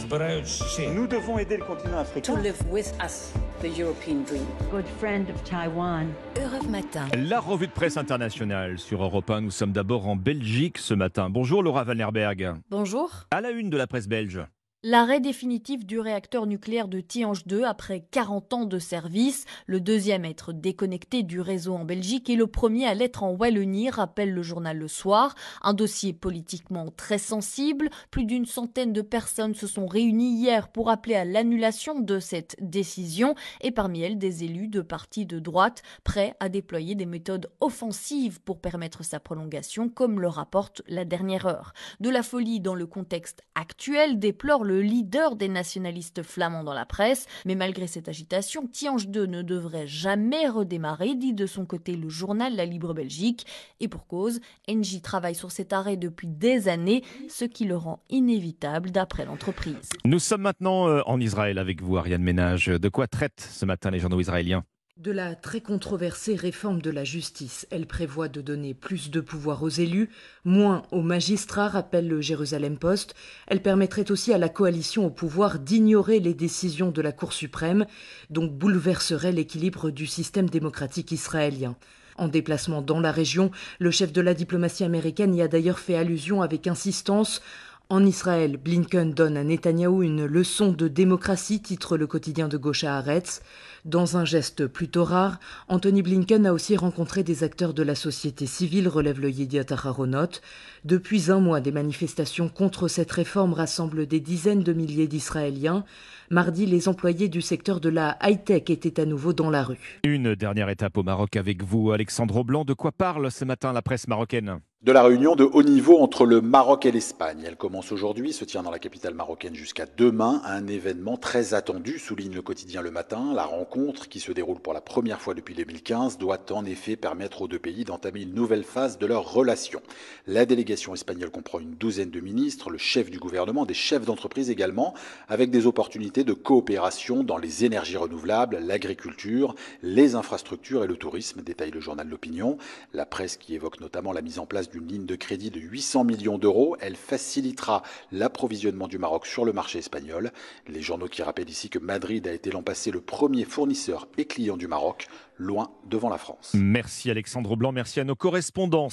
Nous devons aider le continent africain. To live with us, the European dream. Good friend of Taiwan. Europe Matin. La revue de presse internationale sur Europe 1. Nous sommes d'abord en Belgique ce matin. Bonjour Laura Van Lerberg. Bonjour. À la une de la presse belge. L'arrêt définitif du réacteur nucléaire de Tihange 2 après 40 ans de service. Le deuxième à être déconnecté du réseau en Belgique et le premier à l'être en Wallonie, rappelle le journal Le Soir. Un dossier politiquement très sensible. Plus d'une centaine de personnes se sont réunies hier pour appeler à l'annulation de cette décision. Et parmi elles, des élus de partis de droite prêts à déployer des méthodes offensives pour permettre sa prolongation, comme le rapporte La Dernière Heure. De la folie dans le contexte actuel, déplore le leader des nationalistes flamands dans la presse. Mais malgré cette agitation, Tihange 2 ne devrait jamais redémarrer, dit de son côté le journal La Libre Belgique. Et pour cause, Engie travaille sur cet arrêt depuis des années, ce qui le rend inévitable d'après l'entreprise. Nous sommes maintenant en Israël avec vous, Ariane Ménage. De quoi traitent ce matin les journaux israéliens ? De la très controversée réforme de la justice. Elle prévoit de donner plus de pouvoir aux élus, moins aux magistrats, rappelle le Jérusalem Post. Elle permettrait aussi à la coalition au pouvoir d'ignorer les décisions de la Cour suprême, donc bouleverserait l'équilibre du système démocratique israélien. En déplacement dans la région, le chef de la diplomatie américaine y a d'ailleurs fait allusion avec insistance. En Israël, Blinken donne à Netanyahou une leçon de démocratie, titre le quotidien de gauche Haaretz. Dans un geste plutôt rare, Anthony Blinken a aussi rencontré des acteurs de la société civile, relève le Yediot Aharonot. Depuis un mois, des manifestations contre cette réforme rassemblent des dizaines de milliers d'Israéliens. Mardi, les employés du secteur de la high-tech étaient à nouveau dans la rue. Une dernière étape au Maroc avec vous, Alexandre Blanc. De quoi parle ce matin la presse marocaine ? De la réunion de haut niveau entre le Maroc et l'Espagne. Elle commence aujourd'hui, se tient dans la capitale marocaine jusqu'à demain. Un événement très attendu, souligne le quotidien Le Matin. La rencontre, qui se déroule pour la première fois depuis 2015, doit en effet permettre aux deux pays d'entamer une nouvelle phase de leurs relations. La délégation espagnole comprend une douzaine de ministres, le chef du gouvernement, des chefs d'entreprise également, avec des opportunités de coopération dans les énergies renouvelables, l'agriculture, les infrastructures et le tourisme, détaille le journal L'Opinion. La presse qui évoque notamment la mise en place d'une ligne de crédit de 800 millions d'euros. Elle facilitera l'approvisionnement du Maroc sur le marché espagnol. Les journaux qui rappellent ici que Madrid a été l'an passé le premier fournisseur et client du Maroc, loin devant la France. Merci Alexandre Blanc, merci à nos correspondants.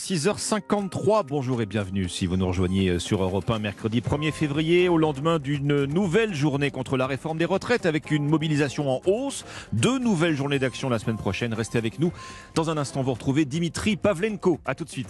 6h53, bonjour et bienvenue si vous nous rejoignez sur Europe 1, mercredi 1er février, au lendemain d'une nouvelle journée contre la réforme des retraites avec une mobilisation en hausse. 2 nouvelles journées d'action la semaine prochaine. Restez avec nous. Dans un instant, vous retrouvez Dimitri Pavlenko. À tout de suite.